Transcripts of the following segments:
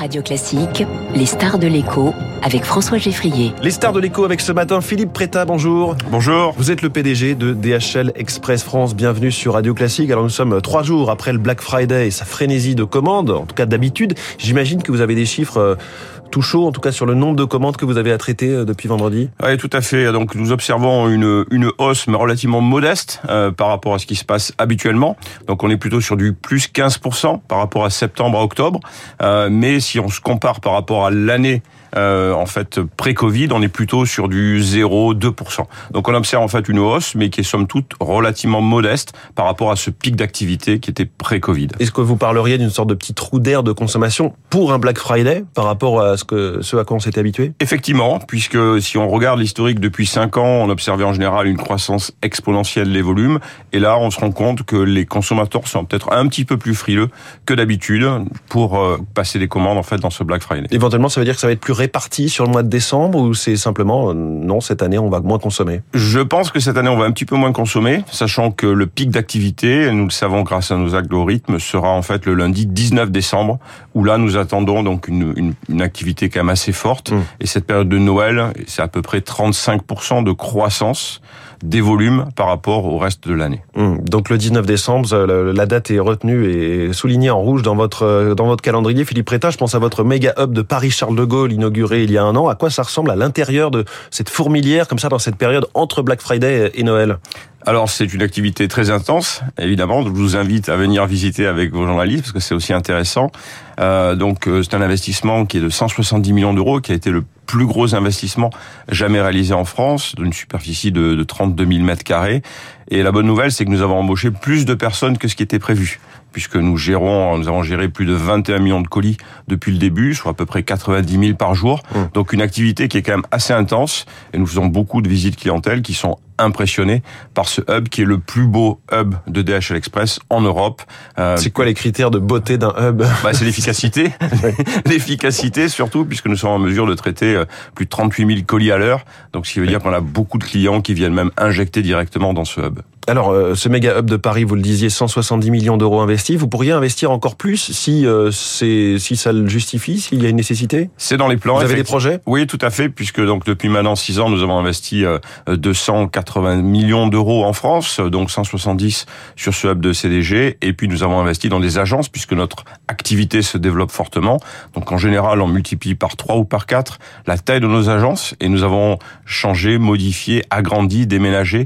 Radio Classique, les stars de l'écho avec François Geffrier. Les stars de l'écho avec ce matin Philippe Prétat, bonjour. Bonjour. Vous êtes le PDG de DHL Express France, bienvenue sur Radio Classique. Alors nous sommes 3 jours après le Black Friday et sa frénésie de commandes, en tout cas d'habitude. J'imagine que vous avez des chiffres tout chauds, en tout cas sur le nombre de commandes que vous avez à traiter depuis vendredi. Oui, tout à fait. Donc nous observons une hausse, mais relativement modeste par rapport à ce qui se passe habituellement. Donc on est plutôt sur du plus 15% par rapport à septembre à octobre. Mais si on se compare par rapport à l'année pré-Covid, on est plutôt sur du 0,2%. Donc on observe en fait une hausse, mais qui est somme toute relativement modeste par rapport à ce pic d'activité qui était pré-Covid. Est-ce que vous parleriez d'une sorte de petit trou d'air de consommation pour un Black Friday par rapport à ce à quoi on s'était habitué ? Effectivement, puisque si on regarde l'historique depuis 5 ans, on observait en général une croissance exponentielle des volumes. Et là, on se rend compte que les consommateurs sont peut-être un petit peu plus frileux que d'habitude pour passer des commandes en fait dans ce Black Friday. Éventuellement, ça veut dire que ça va être plus réparti sur le mois de décembre ou c'est simplement non, cette année on va moins consommer? Je pense que cette année on va un petit peu moins consommer, sachant que le pic d'activité, nous le savons grâce à nos algorithmes, sera en fait le lundi 19 décembre, où là nous attendons donc une activité quand même assez forte. Et cette période de Noël, c'est à peu près 35% de croissance des volumes par rapport au reste de l'année. Donc le 19 décembre, la date est retenue et soulignée en rouge dans votre calendrier. Philippe Prétat, je pense à votre méga hub de Paris-Charles de Gaulle inauguré il y a un an. À quoi ça ressemble à l'intérieur de cette fourmilière, comme ça, dans cette période entre Black Friday et Noël ? Alors c'est une activité très intense, évidemment. Je vous invite à venir visiter avec vos journalistes parce que c'est aussi intéressant. Donc c'est un investissement qui est de 170 millions d'euros, qui a été le plus gros investissement jamais réalisé en France, d'une superficie de 32 000 mètres carrés. Et la bonne nouvelle, c'est que nous avons embauché plus de personnes que ce qui était prévu, puisque nous avons géré plus de 21 millions de colis depuis le début, soit à peu près 90 000 par jour. Donc une activité qui est quand même assez intense, et nous faisons beaucoup de visites clientèle qui sont impressionnés par ce hub qui est le plus beau hub de DHL Express en Europe. C'est quoi les critères de beauté d'un hub ? C'est l'efficacité. L'efficacité surtout, puisque nous sommes en mesure de traiter plus de 38 000 colis à l'heure. Donc ce qui veut dire qu'on a beaucoup de clients qui viennent même injecter directement dans ce hub. Alors, ce méga hub de Paris, vous le disiez, 170 millions d'euros investis. Vous pourriez investir encore plus si ça le justifie, s'il y a une nécessité ? C'est dans les plans. Vous avez des projets ? Oui, tout à fait, puisque donc depuis maintenant 6 ans, nous avons investi 280 millions d'euros en France, donc 170 sur ce hub de CDG, et puis nous avons investi dans des agences, puisque notre activité se développe fortement. Donc en général, on multiplie par 3 ou par 4 la taille de nos agences, et nous avons changé, modifié, agrandi, déménagé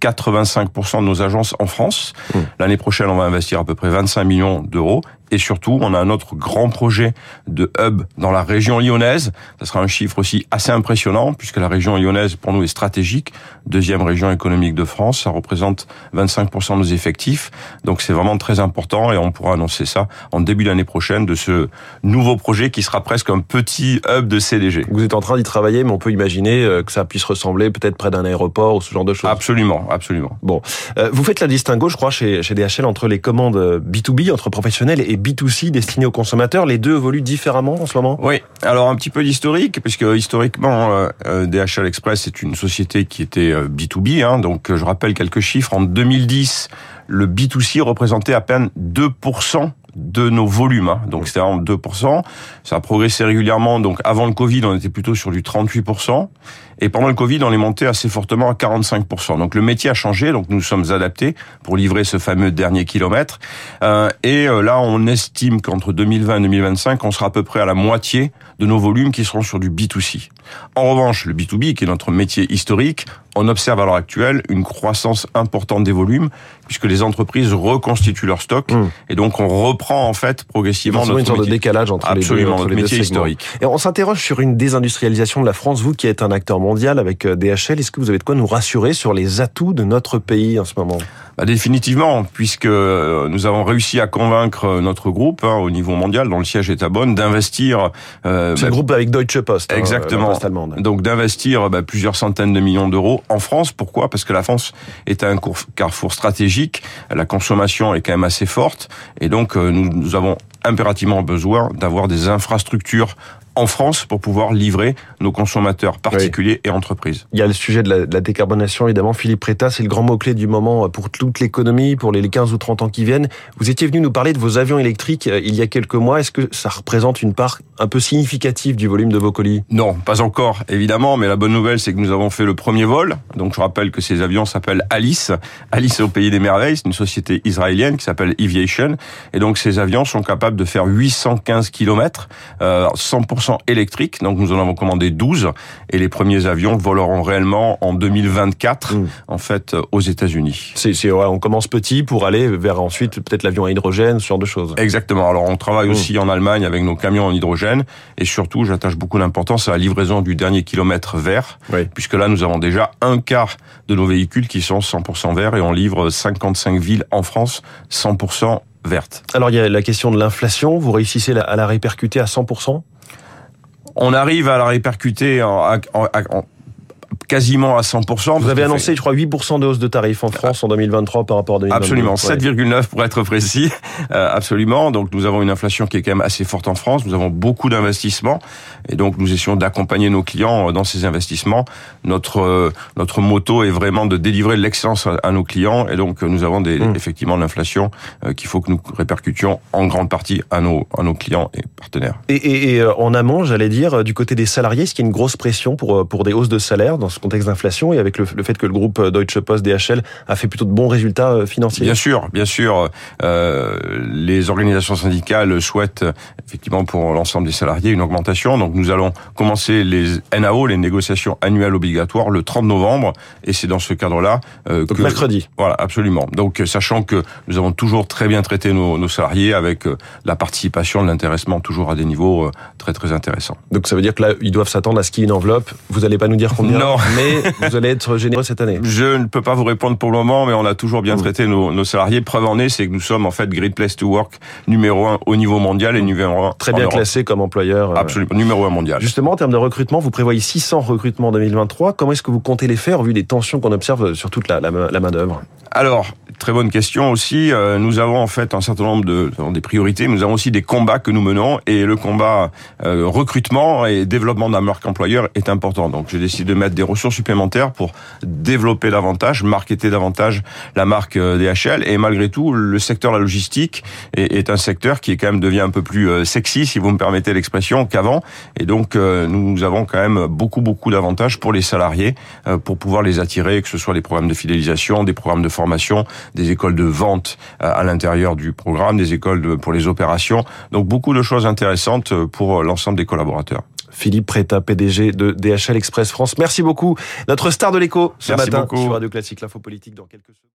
85% de nos agences en France. L'année prochaine, on va investir à peu près 25 millions d'euros. Et surtout, on a un autre grand projet de hub dans la région lyonnaise. Ça sera un chiffre aussi assez impressionnant, puisque la région lyonnaise, pour nous, est stratégique. 2e région économique de France. Ça représente 25% de nos effectifs. Donc, c'est vraiment très important et on pourra annoncer ça en début d'année prochaine de ce nouveau projet qui sera presque un petit hub de CDG. Vous êtes en train d'y travailler, mais on peut imaginer que ça puisse ressembler peut-être près d'un aéroport ou ce genre de choses. Absolument, absolument. Bon. Vous faites la distinguo, je crois, chez DHL entre les commandes B2B, entre professionnels, et B2C destiné aux consommateurs. Les deux évoluent différemment en ce moment ? Oui, alors un petit peu d'historique, puisque historiquement, DHL Express est une société qui était B2B. Donc je rappelle quelques chiffres. En 2010, le B2C représentait à peine 2% de nos volumes. Donc c'était en 2%. Ça a progressé régulièrement. Donc avant le Covid, on était plutôt sur du 38%. Et pendant le Covid, on est monté assez fortement à 45%. Donc le métier a changé, donc nous nous sommes adaptés pour livrer ce fameux dernier kilomètre. Et là, on estime qu'entre 2020 et 2025, on sera à peu près à la moitié de nos volumes qui seront sur du B2C. En revanche, le B2B, qui est notre métier historique, on observe à l'heure actuelle une croissance importante des volumes, puisque les entreprises reconstituent leur stock, et donc on reprend en fait progressivement notre une sorte de décalage entre les deux métier historique. Et on s'interroge sur une désindustrialisation de la France. Vous qui êtes un acteur mondial avec DHL, est-ce que vous avez de quoi nous rassurer sur les atouts de notre pays en ce moment ? Définitivement, puisque nous avons réussi à convaincre notre groupe au niveau mondial, dont le siège est à Bonn, d'investir... C'est le groupe avec Deutsche Post. Exactement. La poste allemande. Donc d'investir plusieurs centaines de millions d'euros en France. Pourquoi ? Parce que la France est un carrefour stratégique, la consommation est quand même assez forte, et donc nous avons impérativement besoin d'avoir des infrastructures en France pour pouvoir livrer nos consommateurs particuliers et entreprises. Il y a le sujet de la décarbonation, évidemment. Philippe Prétat, c'est le grand mot-clé du moment pour toute l'économie, pour les 15 ou 30 ans qui viennent. Vous étiez venu nous parler de vos avions électriques il y a quelques mois. Est-ce que ça représente une part un peu significative du volume de vos colis? Non, pas encore, évidemment, mais la bonne nouvelle, c'est que nous avons fait le premier vol. Donc je rappelle que ces avions s'appellent Alice. Alice au pays des merveilles, c'est une société israélienne qui s'appelle Eviation. Et donc ces avions sont capables de faire 815 km, 100% électriques. Donc nous en avons commandé 12 et les premiers avions voleront réellement en 2024 en fait aux États-Unis. On commence petit pour aller vers ensuite peut-être l'avion à hydrogène, ce genre de choses. Exactement. Alors on travaille aussi en Allemagne avec nos camions en hydrogène et surtout j'attache beaucoup d'importance à la livraison du dernier kilomètre vert, puisque là nous avons déjà un quart de nos véhicules qui sont 100% verts et on livre 55 villes en France 100% vertes. Alors il y a la question de l'inflation, vous réussissez à la répercuter à 100%? On arrive à la répercuter quasiment à 100%. Vous avez annoncé, je crois, 8% de hausse de tarifs en France en 2023 par rapport à 2022. Absolument, 7,9 pour être précis. Absolument. Donc nous avons une inflation qui est quand même assez forte en France. Nous avons beaucoup d'investissements et donc nous essayons d'accompagner nos clients dans ces investissements. Notre motto est vraiment de délivrer de l'excellence à nos clients et donc nous avons effectivement l'inflation qu'il faut que nous répercutions en grande partie à nos clients et partenaires. Et en amont, j'allais dire, du côté des salariés, est-ce qu'il y a une grosse pression pour des hausses de salaire dans ce contexte d'inflation et avec le fait que le groupe Deutsche Post, DHL, a fait plutôt de bons résultats financiers? Bien sûr. Les organisations syndicales souhaitent effectivement pour l'ensemble des salariés une augmentation. Donc nous allons commencer les NAO, les négociations annuelles obligatoires, le 30 novembre. Et c'est dans ce cadre-là donc mercredi. Voilà, absolument. Donc sachant que nous avons toujours très bien traité nos salariés avec la participation, l'intéressement toujours à des niveaux très très intéressants. Donc ça veut dire que là, ils doivent s'attendre à ce qu'il y ait une enveloppe. Vous n'allez pas nous dire combien? Non. Mais vous allez être généreux cette année. Je ne peux pas vous répondre pour le moment, mais on a toujours bien traité nos salariés. Preuve en est, c'est que nous sommes en fait Great Place to Work numéro 1 au niveau mondial et numéro 1 très bien classé comme employeur. Absolument, numéro 1 mondial. Justement, en termes de recrutement, vous prévoyez 600 recrutements en 2023. Comment est-ce que vous comptez les faire, vu les tensions qu'on observe sur toute la main-d'œuvre? Alors, très bonne question aussi. Nous avons en fait un certain nombre des priorités, mais nous avons aussi des combats que nous menons et le combat recrutement et développement d'un marque employeur est important. Donc, j'ai décidé de mettre des ressources supplémentaires pour développer davantage, marketer davantage la marque DHL et malgré tout, le secteur de la logistique est un secteur qui quand même devient un peu plus sexy, si vous me permettez l'expression, qu'avant. Et donc, nous avons quand même beaucoup d'avantages pour les salariés pour pouvoir les attirer, que ce soit des programmes de fidélisation, des programmes de formation, des écoles de vente à l'intérieur du programme, des écoles pour les opérations. Donc beaucoup de choses intéressantes pour l'ensemble des collaborateurs. Philippe Prétat, PDG de DHL Express France. Merci beaucoup. Notre star de l'écho ce matin sur Radio Classique, l'info politique dans quelques secondes.